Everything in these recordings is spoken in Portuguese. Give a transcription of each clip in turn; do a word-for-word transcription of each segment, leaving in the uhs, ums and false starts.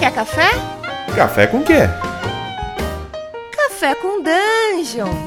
Quer café? Café com quê? Café com Dungeon.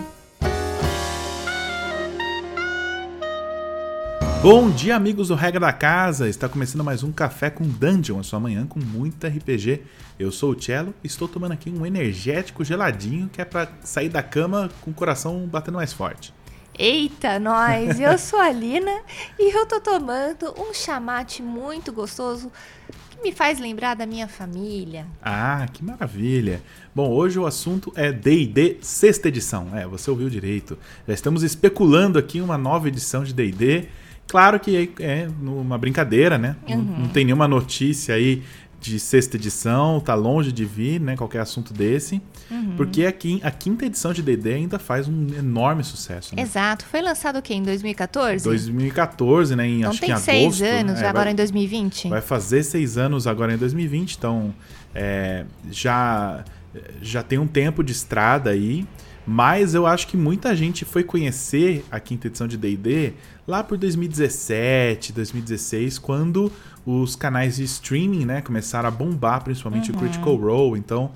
Bom dia, amigos do Regra da Casa. Está começando mais um Café com Dungeon, a sua manhã com muita R P G. Eu sou o Cello e estou tomando aqui um energético geladinho que é para sair da cama com o coração batendo mais forte. Eita, nós! Eu sou a Lina e eu tô tomando um chamate muito gostoso que me faz lembrar da minha família. Ah, que maravilha! Bom, hoje o assunto é D e D sexta edição. É, você ouviu direito. Já estamos especulando aqui uma nova edição de D e D. Claro que é uma brincadeira, né? Uhum. Não, não tem nenhuma notícia aí de sexta edição, tá longe de vir, né? Qualquer assunto desse. Uhum. Porque aqui, a quinta edição de D e D ainda faz um enorme sucesso. Né? Exato. Foi lançado o quê? Em dois mil e catorze? dois mil e catorze, né? Em, então acho tem que em seis agosto, anos, né? agora vai, em dois mil e vinte? Vai fazer seis anos agora em dois mil e vinte, então é, já, já tem um tempo de estrada aí. Mas eu acho que muita gente foi conhecer a quinta edição de D e D lá por dois mil e dezessete, dois mil e dezesseis, quando os canais de streaming, né, começaram a bombar, principalmente uhum. o Critical Role. Então,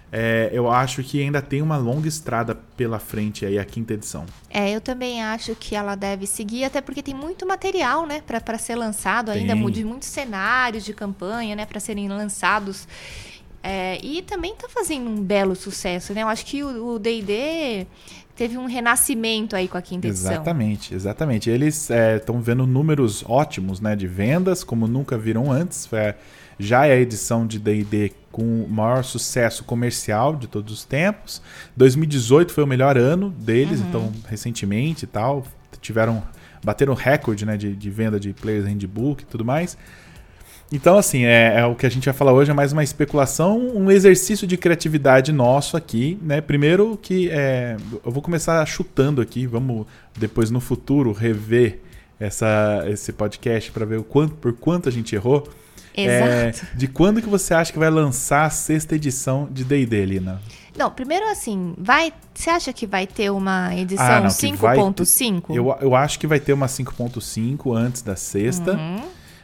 é, eu acho que ainda tem uma longa estrada pela frente aí a quinta edição. É, eu também acho que ela deve seguir, até porque tem muito material, né, para ser lançado tem. ainda, de muitos cenários de campanha, né, para serem lançados. É, e também tá fazendo um belo sucesso, né? Eu acho que o D e D teve um renascimento aí com a quinta edição. Exatamente, exatamente. Eles estão é, vendo números ótimos, né, de vendas, como nunca viram antes. É, já é a edição de D e D com o maior sucesso comercial de todos os tempos. dois mil e dezoito foi o melhor ano deles, uhum. então, recentemente e tal. Tiveram, bateram recorde, né, de, de venda de Player's Handbook e tudo mais. Então, assim, é, é o que a gente vai falar hoje, é mais uma especulação, um exercício de criatividade nosso aqui, né? Primeiro que é, eu vou começar chutando aqui, vamos depois no futuro rever essa, esse podcast para ver o quanto, por quanto a gente errou. Exato. É, de quando que você acha que vai lançar a sexta edição de D e D, Lina? Não, primeiro assim, vai, você acha que vai ter uma edição ah, cinco ponto cinco? Eu, eu acho que vai ter uma cinco ponto cinco antes da sexta. Uhum.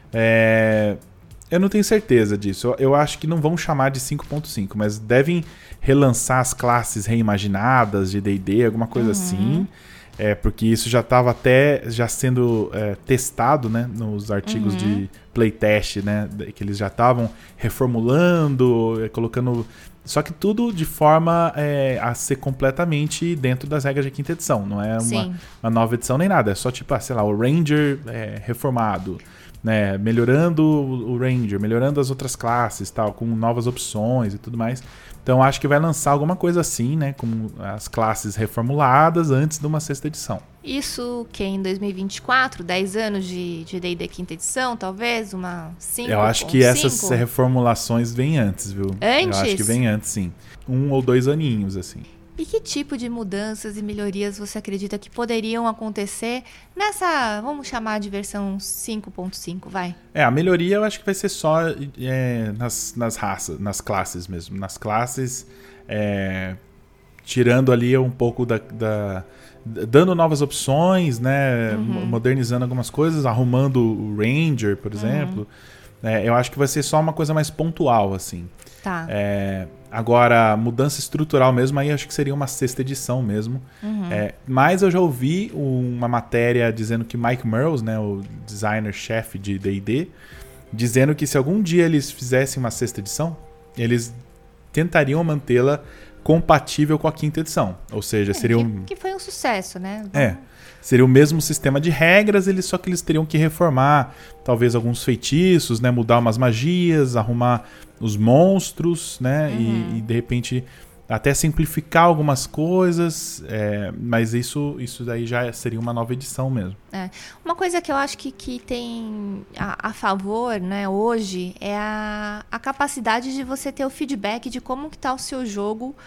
É... Eu não tenho certeza disso. Eu, eu acho que não vão chamar de cinco ponto cinco, mas devem relançar as classes reimaginadas de D e D, alguma coisa uhum. assim. É, porque isso já estava até já sendo é, testado, né, nos artigos uhum. de playtest, né, que eles já estavam reformulando, é, colocando... Só que tudo de forma é, a ser completamente dentro das regras de quinta edição. Não é uma, uma nova edição nem nada. É só tipo, ah, sei lá, o Ranger é, reformado. Né, melhorando o Ranger, melhorando as outras classes, tal, com novas opções e tudo mais. Então acho que vai lançar alguma coisa assim, né, com as classes reformuladas antes de uma sexta edição. Isso que em dois mil e vinte e quatro, dez anos de D e D quinta edição, talvez, uma cinco. Eu acho que essas reformulações vêm antes, viu? Antes? Eu acho que vem antes, sim. Um ou dois aninhos, assim. E que tipo de mudanças e melhorias você acredita que poderiam acontecer nessa, vamos chamar de versão cinco ponto cinco, vai? É, a melhoria eu acho que vai ser só é, nas, nas raças, nas classes mesmo. Nas classes, é, tirando ali um pouco da... da dando novas opções, né? Uhum. Modernizando algumas coisas, arrumando o Ranger, por exemplo. Uhum. É, eu acho que vai ser só uma coisa mais pontual, assim. Tá. É, agora, mudança estrutural mesmo, aí acho que seria uma sexta edição mesmo. Uhum. É, mas eu já ouvi uma matéria dizendo que Mike Mearls, né, o designer-chefe de D e D, dizendo que se algum dia eles fizessem uma sexta edição, eles tentariam mantê-la compatível com a quinta edição. Ou seja, é, seria que, um... que foi um sucesso, né? É. Seria o mesmo sistema de regras, eles, só que eles teriam que reformar talvez alguns feitiços, né? Mudar umas magias, arrumar os monstros, né? Uhum. E, e de repente até simplificar algumas coisas, é, mas isso, isso daí já seria uma nova edição mesmo. É. Uma coisa que eu acho que, que tem a, a favor, né, hoje é a, a capacidade de você ter o feedback de como que tá o seu jogo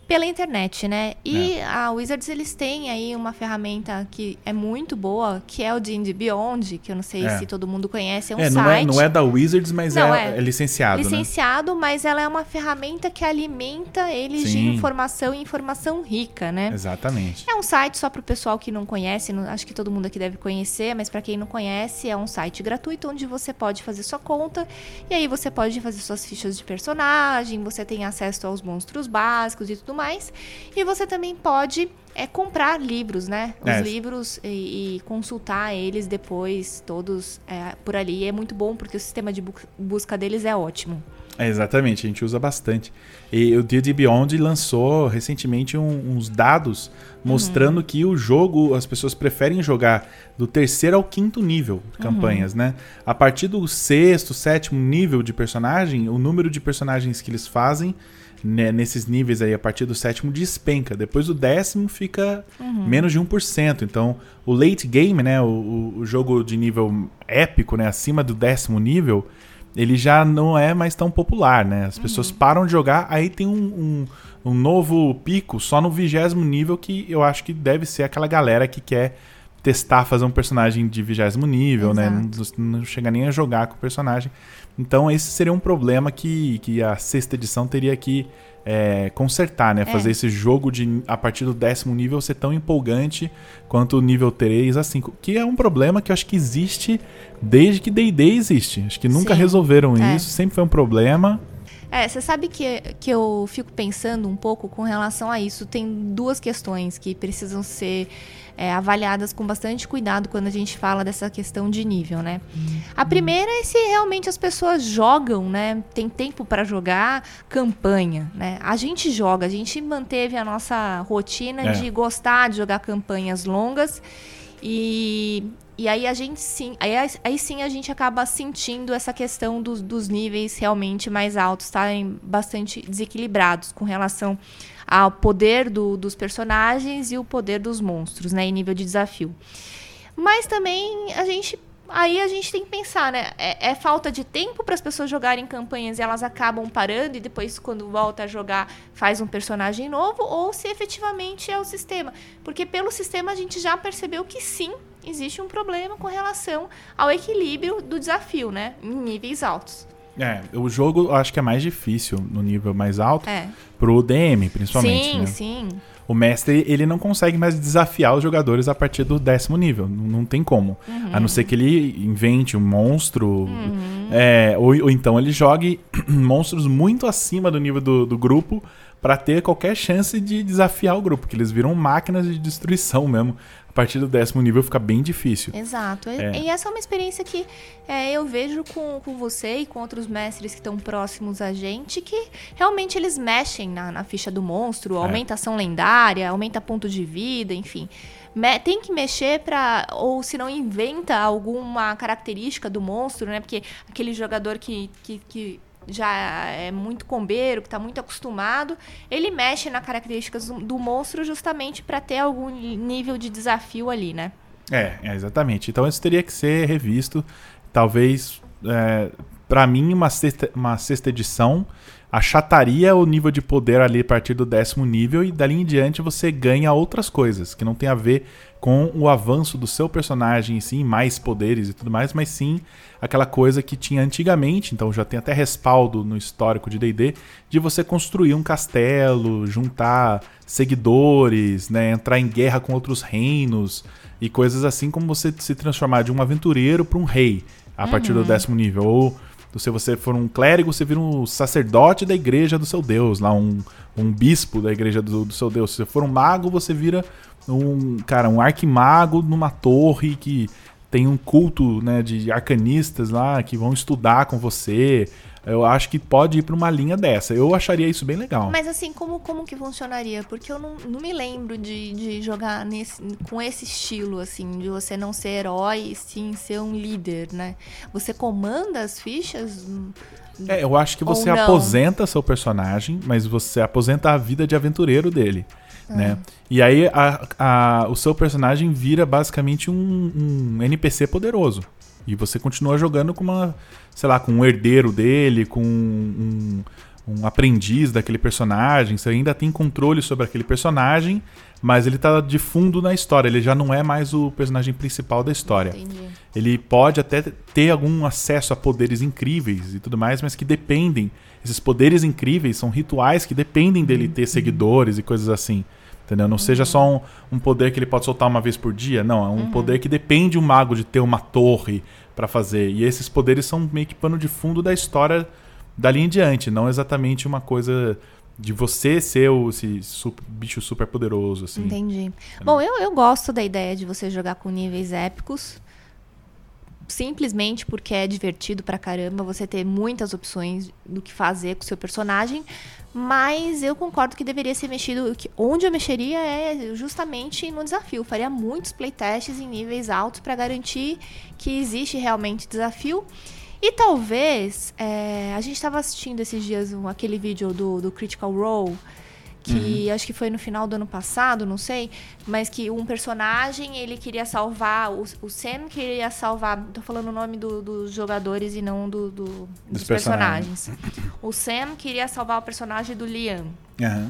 pela internet, né? E É. a Wizards, eles têm aí uma ferramenta que é muito boa, que é o D and D Beyond, que eu não sei É. se todo mundo conhece, é um É, não site. é, não é da Wizards, mas Não, é, é é licenciado, licenciado, mas ela é uma ferramenta que alimenta eles de Sim. informação e informação rica, né? né? Exatamente. É um site só para o pessoal que não conhece, não- acho que todo mundo aqui deve conhecer, mas para quem não conhece, é um site gratuito onde você pode fazer sua conta e aí você pode fazer suas fichas de personagem, você tem acesso aos monstros básicos e tudo mais. E você também pode é, comprar livros, né? Os É. livros e, e consultar eles depois, todos é, por ali. É muito bom porque o sistema de bu- busca deles é ótimo. É, exatamente, a gente usa bastante. E o D and D Beyond lançou recentemente um- uns dados mostrando Uhum. que o jogo, as pessoas preferem jogar do terceiro ao quinto nível de campanhas, Uhum. né? A partir do sexto, sétimo nível de personagem, o número de personagens que eles fazem né, nesses níveis aí, a partir do sétimo, despenca. Depois do décimo fica Uhum. menos de um por cento. Então, o late game, né, o, o- o jogo de nível épico, né, acima do décimo nível, ele já não é mais tão popular, né? As pessoas param de jogar, aí tem um, um, um novo pico só no vigésimo nível, que eu acho que deve ser aquela galera que quer testar fazer um personagem de vigésimo nível, né? Exato. Não, não chega nem a jogar com o personagem. Então esse seria um problema que, que a sexta edição teria que é, consertar, né? É. Fazer esse jogo de a partir do décimo nível ser tão empolgante quanto o nível três a cinco. Que é um problema que eu acho que existe desde que D and D existe. Acho que nunca Sim. resolveram É. isso, sempre foi um problema. É, você sabe que, que eu fico pensando um pouco com relação a isso. Tem duas questões que precisam ser é, avaliadas com bastante cuidado quando a gente fala dessa questão de nível, né? A primeira é se realmente as pessoas jogam, né? Tem tempo para jogar campanha, né? A gente joga, a gente manteve a nossa rotina É. de gostar de jogar campanhas longas e... E aí a gente sim, aí, aí sim a gente acaba sentindo essa questão dos, dos níveis realmente mais altos estarem bastante desequilibrados com relação ao poder do, dos personagens e o poder dos monstros, né, em nível de desafio. Mas também a gente, aí a gente tem que pensar, né, é, é falta de tempo para as pessoas jogarem campanhas e elas acabam parando e depois quando volta a jogar faz um personagem novo, ou se efetivamente é o sistema. Porque pelo sistema a gente já percebeu que sim, existe um problema com relação ao equilíbrio do desafio, né? Em níveis altos. É, o jogo eu acho que é mais difícil no nível mais alto, É. pro D M principalmente, Sim, né? sim. O mestre, ele não consegue mais desafiar os jogadores a partir do décimo nível. Não, não tem como. Uhum. A não ser que ele invente um monstro. Uhum. É, ou, ou então ele jogue monstros muito acima do nível do, do grupo para ter qualquer chance de desafiar o grupo. Porque eles viram máquinas de destruição mesmo. A partir do décimo nível fica bem difícil. Exato. E- É. E essa é uma experiência que é, eu vejo com, com você e com outros mestres que estão próximos a gente, que realmente eles mexem na, na ficha do monstro, aumenta ação lendária, aumenta ponto de vida, enfim. Me- tem que mexer para, ou se não inventa alguma característica do monstro, né? Porque aquele jogador que, que, que já é muito combeiro, que está muito acostumado, ele mexe nas características do, do monstro justamente para ter algum nível de desafio ali, né? É, é, exatamente. Então isso teria que ser revisto. Talvez, é, para mim, uma sexta, uma sexta edição achataria o nível de poder ali a partir do décimo nível e dali em diante você ganha outras coisas, que não tem a ver com o avanço do seu personagem, sim, mais poderes e tudo mais, mas sim aquela coisa que tinha antigamente, então já tem até respaldo no histórico de D e D, de você construir um castelo, juntar seguidores, né, entrar em guerra com outros reinos e coisas assim, como você se transformar de um aventureiro para um rei a partir do décimo nível, ou se você for um clérigo, você vira um sacerdote da igreja do seu deus, lá um, um bispo da igreja do, do seu deus. Se você for um mago, você vira um, cara, um arquimago numa torre que tem um culto, né, de arcanistas lá que vão estudar com você. Eu acho que pode ir para uma linha dessa. Eu acharia isso bem legal. Mas assim, como, como que funcionaria? Porque eu não, não me lembro de, de jogar nesse, com esse estilo, assim, de você não ser herói e sim ser um líder, né? Você comanda as fichas? É, eu acho que você Ou não? aposenta seu personagem, mas você aposenta a vida de aventureiro dele, né? E aí a, a, o seu personagem vira basicamente um, um N P C poderoso. E você continua jogando com uma, sei lá, com um herdeiro dele, com um, um aprendiz daquele personagem, você ainda tem controle sobre aquele personagem, mas ele tá de fundo na história, ele já não é mais o personagem principal da história. Entendi. Ele pode até ter algum acesso a poderes incríveis e tudo mais, mas que dependem, esses poderes incríveis são rituais que dependem dele ter seguidores e coisas assim. Entendeu? Não uhum. seja só um, um poder que ele pode soltar uma vez por dia. Não, é um uhum. poder que depende um mago de ter uma torre pra fazer. E esses poderes são meio que pano de fundo da história dali em diante. Não exatamente uma coisa de você ser o, esse super, bicho super poderoso. Assim. Entendi. É. Bom, eu, eu gosto da ideia de você jogar com níveis épicos. Simplesmente porque é divertido pra caramba. Você ter muitas opções do que fazer com o seu personagem. Mas eu concordo que deveria ser mexido... Que onde eu mexeria é justamente no desafio. Eu faria muitos playtests em níveis altos para garantir que existe realmente desafio. E talvez... É, a gente estava assistindo esses dias um, aquele vídeo do, do Critical Role... que uhum. acho que foi no final do ano passado, não sei, mas que um personagem, ele queria salvar, o, o Sam queria salvar, tô falando o nome do, dos jogadores e não do, do, dos, dos personagens. personagens. O Sam queria salvar o personagem do Liam. Uhum.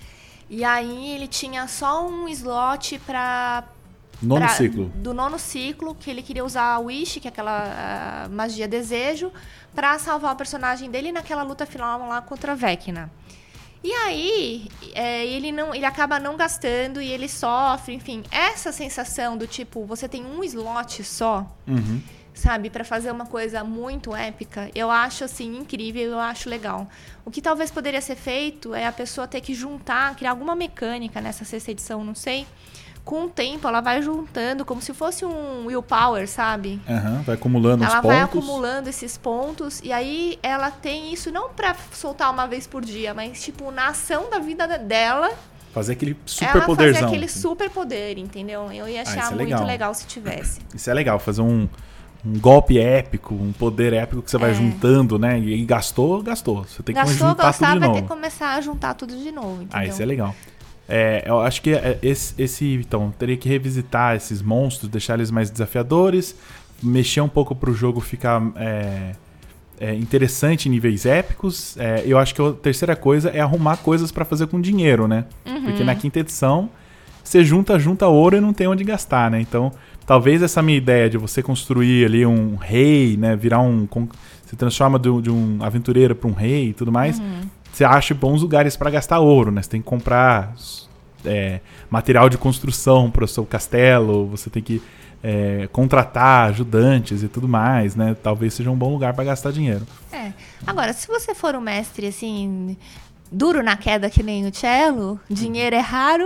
E aí ele tinha só um slot pra... Nono pra, ciclo. Do nono ciclo, que ele queria usar a Wish, que é aquela magia desejo, pra salvar o personagem dele naquela luta final lá contra a Vecna. E aí, é, ele, não, ele acaba não gastando e ele sofre, enfim. Essa sensação do tipo, você tem um slot só, uhum. sabe? Pra fazer uma coisa muito épica, eu acho, assim, incrível, eu acho legal. O que talvez poderia ser feito é a pessoa ter que juntar, criar alguma mecânica nessa sexta edição, não sei. Com o tempo, ela vai juntando como se fosse um willpower, sabe? Uhum, vai acumulando ela os pontos. Ela vai acumulando esses pontos e aí ela tem isso não pra soltar uma vez por dia, mas tipo, na ação da vida dela... Fazer aquele super poderzão. Ela fazer aquele super poder, entendeu? Eu ia achar ah, é muito legal. legal se tivesse. Isso é legal, fazer um, um golpe épico, um poder épico que você vai é. juntando, né? E gastou, gastou. Você tem gastou, que juntar gastar, tudo de vai novo. ter que começar a juntar tudo de novo, entendeu? Ah, isso é legal. É, eu acho que esse, esse, então, teria que revisitar esses monstros, deixar eles mais desafiadores, mexer um pouco pro jogo ficar é, é, interessante em níveis épicos. É, eu acho que a terceira coisa é arrumar coisas pra fazer com dinheiro, né? Uhum. Porque na quinta edição, você junta, junta ouro e não tem onde gastar, né? Então, talvez essa minha ideia de você construir ali um rei, né? Virar um... Se transforma de, de um aventureiro pra um rei e tudo mais... Uhum. Você acha bons lugares para gastar ouro, né? Você tem que comprar é, material de construção para o seu castelo, você tem que é, contratar ajudantes e tudo mais, né? Talvez seja um bom lugar para gastar dinheiro. É. Agora, se você for um mestre, assim, duro na queda que nem o cello, dinheiro é raro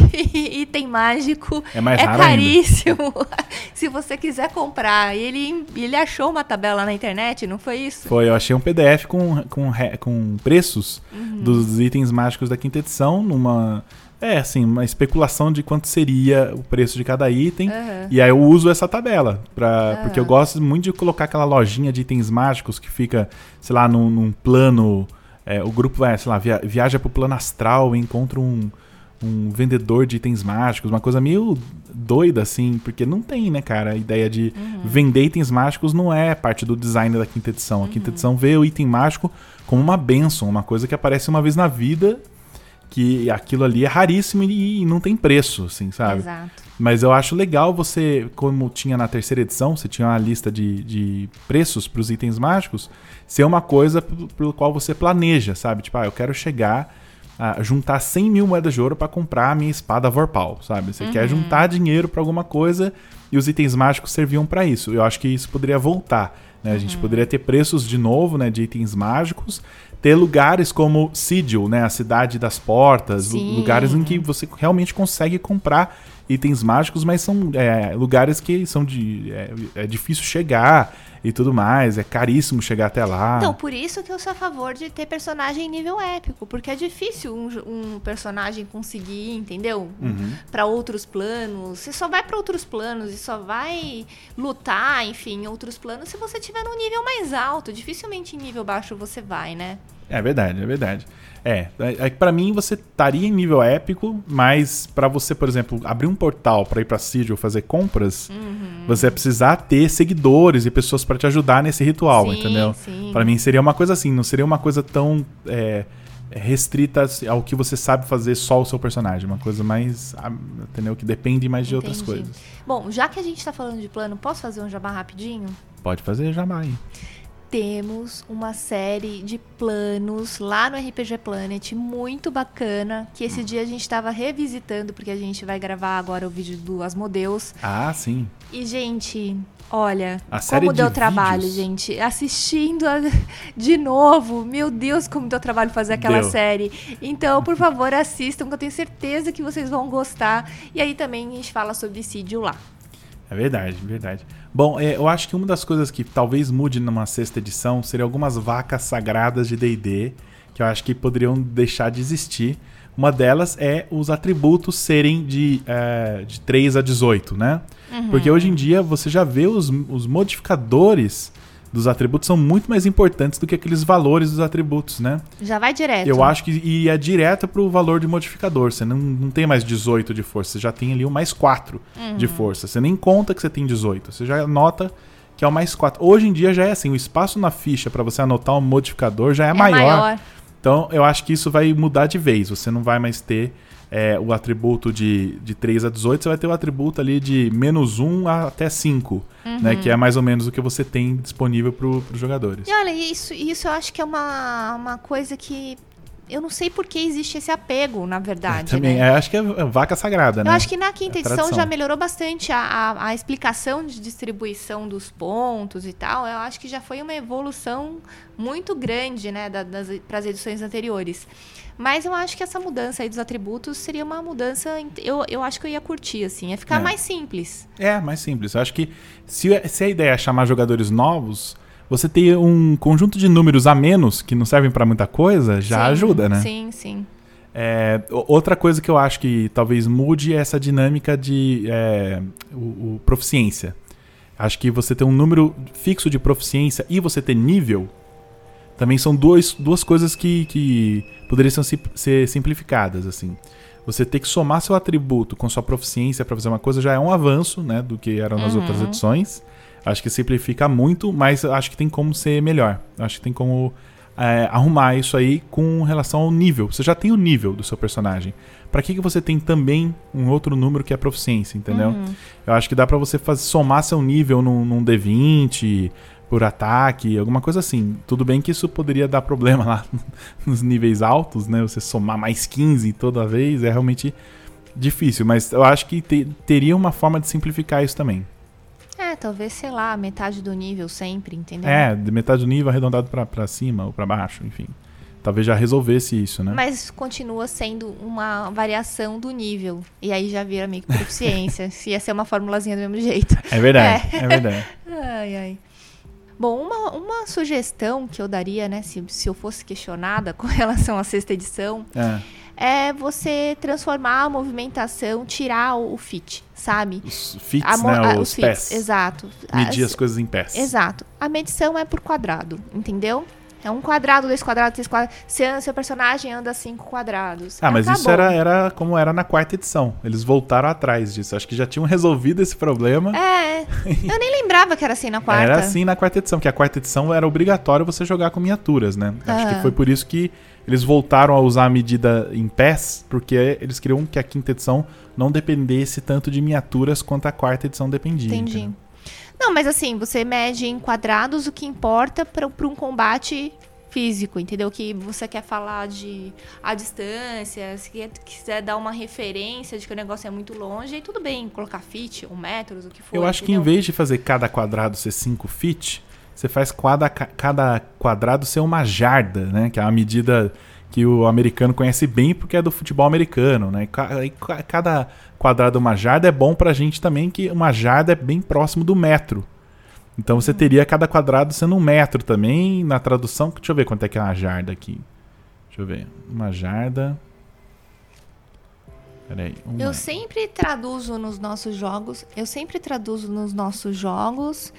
e item mágico é, mais é raro caríssimo. Se você quiser comprar. E ele, ele achou uma tabela na internet, não foi isso? Foi, eu achei um P D F com, com, com preços uhum. dos itens mágicos da quinta edição, numa... É, assim, uma especulação de quanto seria o preço de cada item. Uhum. E aí eu uso essa tabela, pra, uhum. porque eu gosto muito de colocar aquela lojinha de itens mágicos que fica, sei lá, num, num plano... É, o grupo vai, sei lá, via, viaja pro plano astral e encontra um, um vendedor de itens mágicos, uma coisa meio doida, assim, porque não tem, né, cara, a ideia de uhum. vender itens mágicos não é parte do design da quinta edição. A uhum. quinta edição vê o item mágico como uma bênção, uma coisa que aparece uma vez na vida, que aquilo ali é raríssimo e, e não tem preço, assim, sabe? Exato. Mas eu acho legal você, como tinha na terceira edição, você tinha uma lista de, de preços para os itens mágicos, ser uma coisa p- pelo qual você planeja, sabe? Tipo, ah, eu quero chegar a juntar cem mil moedas de ouro para comprar a minha espada Vorpal, sabe? Você uhum. quer juntar dinheiro para alguma coisa e os itens mágicos serviam para isso. Eu acho que isso poderia voltar, né? A gente uhum. poderia ter preços de novo, né, de itens mágicos, ter lugares como Sigil, né, a cidade das portas, Sim. lugares em que você realmente consegue comprar itens mágicos, mas são é, lugares que são de é, é difícil chegar e tudo mais, é caríssimo chegar até lá. Então, por isso que eu sou a favor de ter personagem em nível épico, porque é difícil um, um personagem conseguir, entendeu? Uhum. Para outros planos. Você só vai para outros planos e só vai lutar, enfim, em outros planos se você tiver num nível mais alto. Dificilmente em nível baixo você vai, né? É verdade, é verdade. É, é que pra mim você estaria em nível épico, mas pra você, por exemplo, abrir um portal pra ir pra Sigil fazer compras, uhum. você vai precisar ter seguidores e pessoas pra te ajudar nesse ritual, sim, entendeu? Sim. Pra mim seria uma coisa assim, não seria uma coisa tão é, restrita ao que você sabe fazer só o seu personagem, uma coisa mais, entendeu? Que depende mais de Entendi. outras coisas. Bom, já que a gente tá falando de plano, posso fazer um jabá rapidinho? Pode fazer jabá aí. Temos uma série de planos lá no R P G Planet, muito bacana, que esse dia a gente estava revisitando, porque a gente vai gravar agora o vídeo do Asmodeus. Ah, sim. E, gente, olha, a série como de deu vídeos. trabalho, gente. Assistindo a... de novo, meu Deus, como deu trabalho fazer aquela deu. série. Então, por favor, assistam, que eu tenho certeza que vocês vão gostar. E aí também a gente fala sobre Sigil lá. É verdade, verdade. Bom, é, eu acho que uma das coisas que talvez mude numa sexta edição seria algumas vacas sagradas de D e D, que eu acho que poderiam deixar de existir. Uma delas é os atributos serem de, é, de três a dezoito, né? Uhum. Porque hoje em dia você já vê os, os modificadores dos atributos são muito mais importantes do que aqueles valores dos atributos, né? Já vai direto. Eu acho que ia direto pro valor de modificador. Você não, não tem mais dezoito de força, você já tem ali o mais quatro uhum. de força. Você nem conta que você tem dezoito, você já anota que é o mais quatro. Hoje em dia já é assim, o espaço na ficha para você anotar um modificador já é, é maior. maior. Então eu acho que isso vai mudar de vez. Você não vai mais ter é, o atributo de, de três a dezoito, você vai ter o atributo ali de menos um até cinco. Uhum. Né, que é mais ou menos o que você tem disponível para os jogadores. E olha, isso, isso eu acho que é uma, uma coisa que... Eu não sei por que existe esse apego, na verdade. Eu também, né? é, acho que é vaca sagrada, eu né? Eu acho que na quinta é edição já melhorou bastante a, a, a explicação de distribuição dos pontos e tal. Eu acho que já foi uma evolução muito grande, né, da, para as edições anteriores. Mas eu acho que essa mudança aí dos atributos seria uma mudança... Eu, eu acho que eu ia curtir, assim. Ia ficar é. mais simples. É, mais simples. Eu acho que se, se a ideia é chamar jogadores novos, você ter um conjunto de números a menos, que não servem pra muita coisa, já sim, ajuda, né? Sim, sim. É, outra coisa que eu acho que talvez mude é essa dinâmica de é, o, o proficiência. Acho que você ter um número fixo de proficiência e você ter nível... Também são dois, duas coisas que, que poderiam ser simplificadas, assim. Você ter que somar seu atributo com sua proficiência para fazer uma coisa já é um avanço, né, do que eram nas uhum. outras edições. Acho que simplifica muito, mas acho que tem como ser melhor. Acho que tem como é, arrumar isso aí com relação ao nível. Você já tem o nível do seu personagem. Para que, que você tem também um outro número que é proficiência, entendeu? Uhum. Eu acho que dá para você fazer, somar seu nível num, num D vinte... por ataque, alguma coisa assim. Tudo bem que isso poderia dar problema lá nos níveis altos, né? Você somar mais quinze toda vez é realmente difícil, mas eu acho que te, teria uma forma de simplificar isso também. É, talvez, sei lá, metade do nível sempre, entendeu? É, de metade do nível arredondado pra, pra cima ou pra baixo, enfim. Talvez já resolvesse isso, né? Mas continua sendo uma variação do nível. E aí já vira meio que proficiência. Se ia ser uma formulazinha do mesmo jeito. É verdade, é, é verdade. Ai, ai. Bom, uma, uma sugestão que eu daria, né, se, se eu fosse questionada com relação à sexta edição, é, é você transformar a movimentação, tirar o, o fit, sabe? Os fits, a, né, a, os, os fits, pés. Exato. Medir as, as coisas em pés. Exato. A medição é por quadrado, entendeu? É um quadrado, dois quadrados, três quadrados. Seu, seu personagem anda cinco quadrados. Ah, mas isso era, era como era na quarta edição. Eles voltaram atrás disso. Acho que já tinham resolvido esse problema. É. Eu nem lembrava que era assim na quarta. Era assim na quarta edição, que a quarta edição era obrigatório você jogar com miniaturas, né? Ah. Acho que foi por isso que eles voltaram a usar a medida em pés, porque eles queriam que a quinta edição não dependesse tanto de miniaturas quanto a quarta edição dependia. Entendi. Entendeu? Não, mas assim, você mede em quadrados o que importa para um combate físico, entendeu? Que você quer falar de a distância, se quiser dar uma referência de que o negócio é muito longe, aí tudo bem, colocar feet ou metros, o que for. Eu acho entendeu? Que em vez de fazer cada quadrado ser cinco feet, você faz cada, cada quadrado ser uma jarda, né? Que é uma medida que o americano conhece bem porque é do futebol americano, né? E cada quadrado uma jarda é bom pra gente também, que uma jarda é bem próximo do metro. Então você teria cada quadrado sendo um metro também na tradução. Deixa eu ver quanto é que é uma jarda aqui. Deixa eu ver. Uma jarda... Peraí, um eu metro. sempre traduzo nos nossos jogos, eu sempre traduzo nos nossos jogos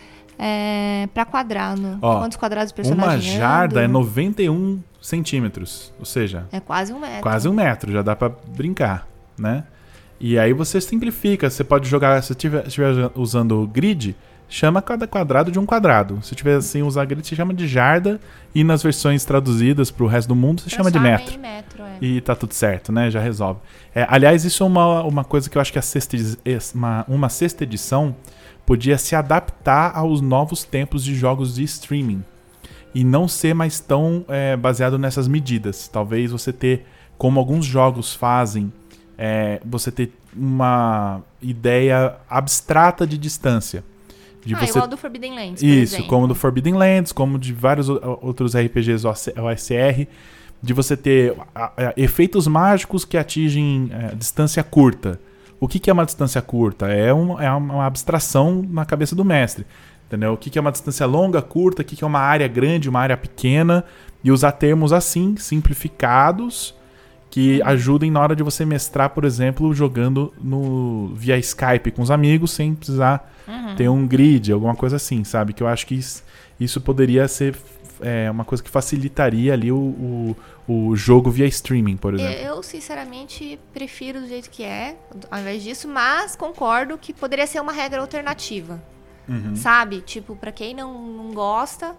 é, para quadrado. Ó, quantos quadrados o personagem uma jarda anda. é noventa e um centímetros, ou seja, É quase um metro. quase um metro, já dá pra brincar, né? E aí você simplifica, você pode jogar, se estiver usando grid, chama cada quadrado de um quadrado. Se tiver sem usar grid, você chama de jarda, e nas versões traduzidas pro resto do mundo, você chama de metro. Em metro é. E tá tudo certo, né? Já resolve. É, aliás, isso é uma, uma coisa que eu acho que a sexta, uma, uma sexta edição podia se adaptar aos novos tempos de jogos de streaming. E não ser mais tão é, baseado nessas medidas. Talvez você ter, como alguns jogos fazem, é, você ter uma ideia abstrata de distância. De ah, você... igual do Forbidden Lands, por Isso, exemplo. como do Forbidden Lands, como de vários outros R P Gs O S R, de você ter a, a, efeitos mágicos que atingem a distância curta. O que, que é uma distância curta? É, um, é uma abstração na cabeça do mestre. Entendeu? O que, que é uma distância longa, curta, o que, que é uma área grande, uma área pequena, e usar termos assim, simplificados, que ajudem na hora de você mestrar, por exemplo, jogando no, via Skype com os amigos, sem precisar uhum. ter um grid, alguma coisa assim, sabe? Que eu acho que isso, isso poderia ser é, uma coisa que facilitaria ali o, o, o jogo via streaming, por exemplo. Eu, sinceramente, prefiro do jeito que é, ao invés disso, mas concordo que poderia ser uma regra alternativa. Uhum. Sabe? Tipo, pra quem não, não gosta,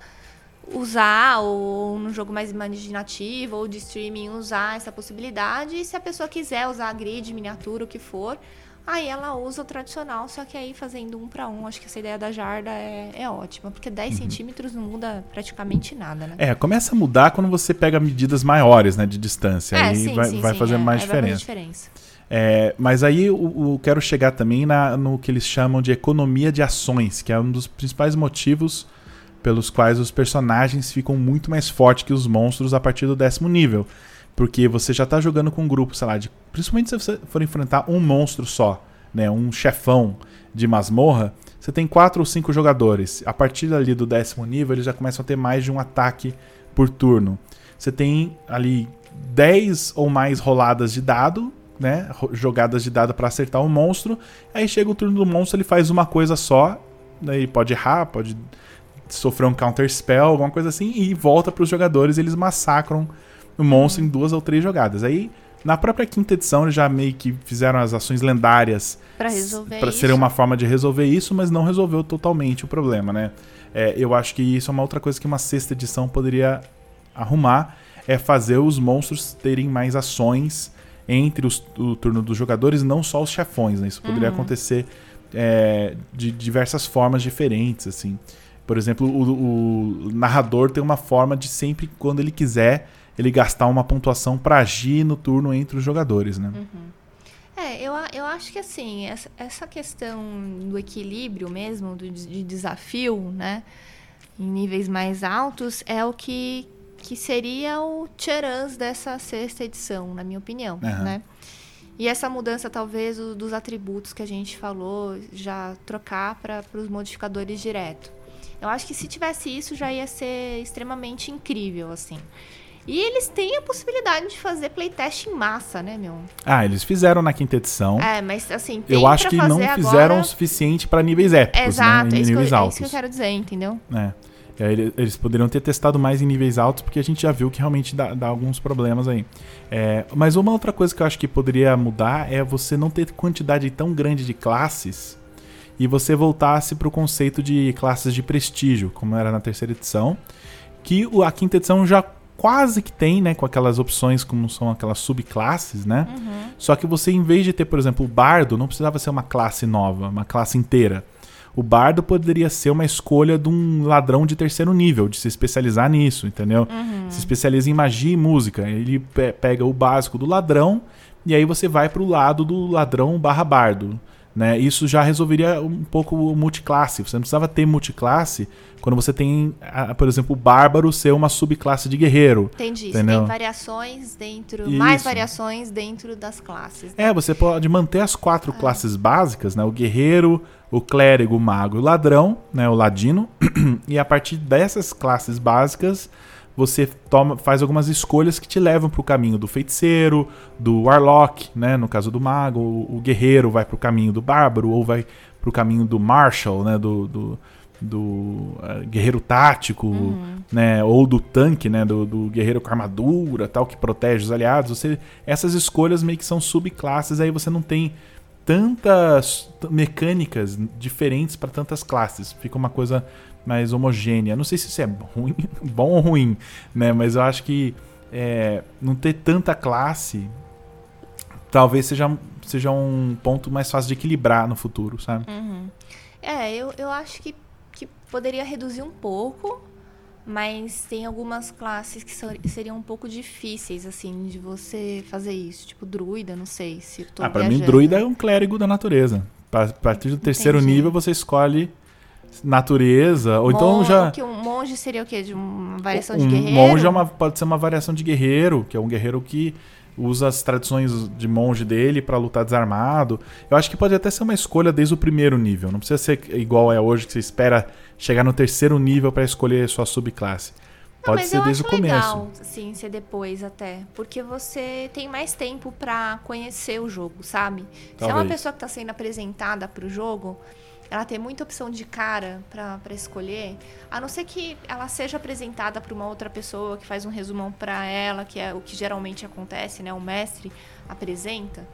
usar, ou num jogo mais imaginativo, ou de streaming, usar essa possibilidade. E se a pessoa quiser usar grid, miniatura, o que for, aí ela usa o tradicional, só que aí fazendo um para um. Acho que essa ideia da jarda é, é ótima, porque dez uhum. centímetros não muda praticamente nada, né? É, começa a mudar quando você pega medidas maiores, né, de distância. É, aí sim, vai, sim, vai sim, fazer é, mais é, diferença. Vai fazer diferença. É, mas aí eu, eu quero chegar também na, no que eles chamam de economia de ações, que é um dos principais motivos pelos quais os personagens ficam muito mais fortes que os monstros a partir do décimo nível. Porque você já está jogando com um grupo, sei lá, de, principalmente se você for enfrentar um monstro só, né, um chefão de masmorra, você tem quatro ou cinco jogadores. A partir ali do décimo nível, eles já começam a ter mais de um ataque por turno. Você tem ali dez ou mais roladas de dado, né, jogadas de dado para acertar o monstro. Aí chega o turno do monstro, ele faz uma coisa só, daí pode errar, pode sofrer um counter spell, alguma coisa assim, e volta para os jogadores, eles massacram o monstro uhum. em duas ou três jogadas. Aí na própria quinta edição eles já meio que fizeram as ações lendárias para resolver para ser uma forma de resolver isso, mas não resolveu totalmente o problema, né? É, eu acho que isso é uma outra coisa que uma sexta edição poderia arrumar, é fazer os monstros terem mais ações entre os, o turno dos jogadores, não só os chefões, né? Isso poderia uhum. acontecer é, de diversas formas diferentes, assim. Por exemplo, o, o narrador tem uma forma de sempre, quando ele quiser, ele gastar uma pontuação para agir no turno entre os jogadores, né? Uhum. É, eu, eu acho que assim, essa, essa questão do equilíbrio mesmo, do, de desafio, né? Em níveis mais altos, é o que... que seria o tcharam dessa sexta edição, na minha opinião, uhum. né? E essa mudança, talvez, o, dos atributos que a gente falou, já trocar para os modificadores direto. Eu acho que se tivesse isso, já ia ser extremamente incrível, assim. E eles têm a possibilidade de fazer playtest em massa, né, meu? Ah, eles fizeram na quinta edição. É, mas assim, tem eu acho que não agora... fizeram o suficiente para níveis épicos, Exato, né? Em é níveis isso, altos. É isso que eu quero dizer, entendeu? É. Eles poderiam ter testado mais em níveis altos, porque a gente já viu que realmente dá, dá alguns problemas aí. É, mas uma outra coisa que eu acho que poderia mudar é você não ter quantidade tão grande de classes e você voltasse para o conceito de classes de prestígio, como era na terceira edição, que a quinta edição já quase que tem, né, com aquelas opções como são aquelas subclasses, né? Uhum. Só que você, em vez de ter, por exemplo, o bardo, não precisava ser uma classe nova, uma classe inteira. O bardo poderia ser uma escolha de um ladrão de terceiro nível, de se especializar nisso, entendeu? Uhum. Se especializa em magia e música. Ele pe- pega o básico do ladrão e aí você vai pro lado do ladrão barra bardo, né? Isso já resolveria um pouco o multiclasse. Você não precisava ter multiclasse quando você tem, por exemplo, o bárbaro ser uma subclasse de guerreiro. Entendi. Entendeu? Você tem variações dentro, Isso. mais variações dentro das classes. Né? É, você pode manter as quatro ah. classes básicas, né? O guerreiro, o clérigo, o mago e o ladrão, né? O ladino. E a partir dessas classes básicas, você toma, faz algumas escolhas que te levam pro caminho do feiticeiro, do warlock, né? No caso do mago, o, o guerreiro vai pro caminho do bárbaro, ou vai pro caminho do marshal, né? Do, do, do uh, guerreiro tático, uhum. né? Ou do tanque, né? Do, do guerreiro com armadura, tal, que protege os aliados. Você, essas escolhas meio que são subclasses, aí você não tem tantas mecânicas diferentes para tantas classes. Fica uma coisa mais homogênea. Não sei se isso é ruim, bom ou ruim, né? Mas eu acho que é, não ter tanta classe talvez seja, seja um ponto mais fácil de equilibrar no futuro, sabe? Uhum. É, eu, eu acho que, que poderia reduzir um pouco, mas tem algumas classes que so, seriam um pouco difíceis, assim, de você fazer isso. Tipo, druida, não sei se tô Ah, pra viajando. mim, druida é um clérigo da natureza. A partir do terceiro Entendi. nível, você escolhe natureza, ou Mon- então já... Que um monge seria o quê? De uma variação um de guerreiro? monge é uma, pode ser uma variação de guerreiro, que é um guerreiro que usa as tradições de monge dele pra lutar desarmado. Eu acho que pode até ser uma escolha desde o primeiro nível. Não precisa ser igual é hoje, que você espera chegar no terceiro nível pra escolher a sua subclasse. Não, Pode mas ser eu desde acho o começo. legal, assim, ser depois até. Porque você tem mais tempo pra conhecer o jogo, sabe? Se é uma Talvez. pessoa que tá sendo apresentada pro jogo, ela tem muita opção de cara pra, pra escolher, a não ser que ela seja apresentada pra uma outra pessoa que faz um resumão pra ela, que é o que geralmente acontece, né? O mestre apresenta.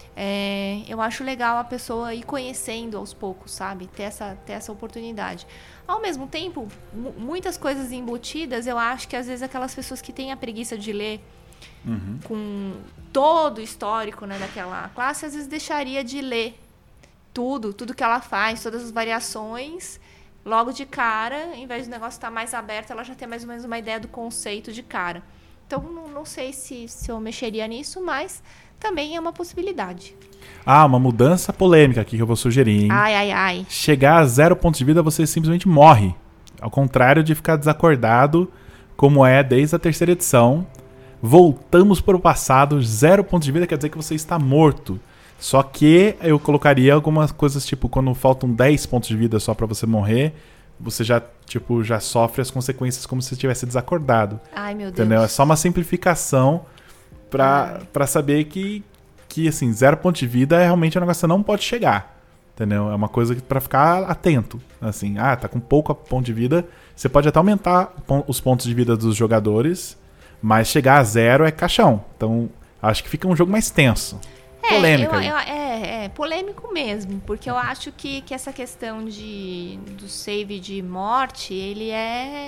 É, eu acho legal a pessoa ir conhecendo aos poucos, sabe? Ter essa, ter essa oportunidade. Ao mesmo tempo, m- muitas coisas embutidas, eu acho que às vezes aquelas pessoas que têm a preguiça de ler Uhum. com todo o histórico, né, daquela classe, às vezes deixaria de ler tudo, tudo que ela faz, todas as variações, logo de cara, em vez do negócio estar mais aberto, ela já tem mais ou menos uma ideia do conceito de cara. Então, não, não sei se, se eu mexeria nisso, mas também é uma possibilidade. Ah, uma mudança polêmica aqui que eu vou sugerir, hein? Ai, ai, ai. Chegar a zero pontos de vida, você simplesmente morre. Ao contrário de ficar desacordado, como é desde a terceira edição. Voltamos para o passado, zero pontos de vida quer dizer que você está morto. Só que eu colocaria algumas coisas, tipo, quando faltam dez pontos de vida só pra você morrer, você já, tipo, já sofre as consequências como se você tivesse desacordado. Ai, meu Deus. Entendeu? É só uma simplificação pra, pra saber que, que, assim, zero ponto de vida é realmente um negócio que você não pode chegar. Entendeu? É uma coisa que pra ficar atento. Assim, ah, tá com pouco ponto de vida, você pode até aumentar os pontos de vida dos jogadores, mas chegar a zero é caixão. Então, acho que fica um jogo mais tenso. É, Polêmica. eu, eu, é, é, polêmico mesmo, porque eu acho que, que essa questão de, do save de morte, ele é...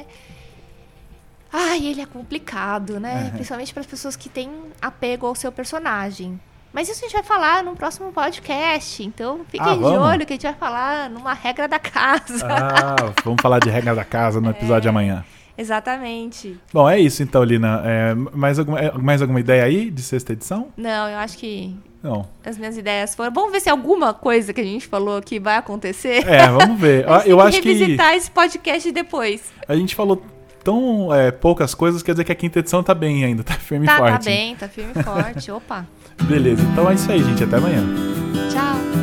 Ai, ele é complicado, né? Uhum. Principalmente para as pessoas que têm apego ao seu personagem. Mas isso a gente vai falar num próximo podcast, então fiquem Ah, de vamos? olho que a gente vai falar numa regra da casa. Ah, vamos falar de regra da casa no episódio de amanhã. Exatamente. Bom, é isso então, Lina. É, mais, alguma, é, mais alguma ideia aí de sexta edição? Não, eu acho que Não. as minhas ideias foram... Vamos ver se alguma coisa que a gente falou aqui vai acontecer. É, vamos ver. A gente Eu tem acho que revisitar que esse podcast depois. a gente falou tão é, poucas coisas, quer dizer que a quinta edição tá bem ainda, tá firme e Tá, forte. tá bem, tá firme e forte. Opa. Beleza, então é isso aí, gente. Até amanhã. Tchau.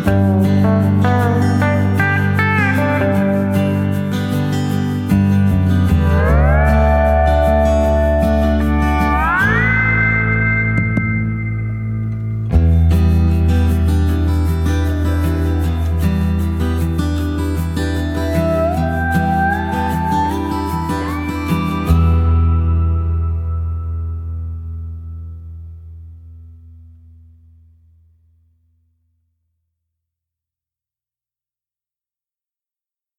Tchau.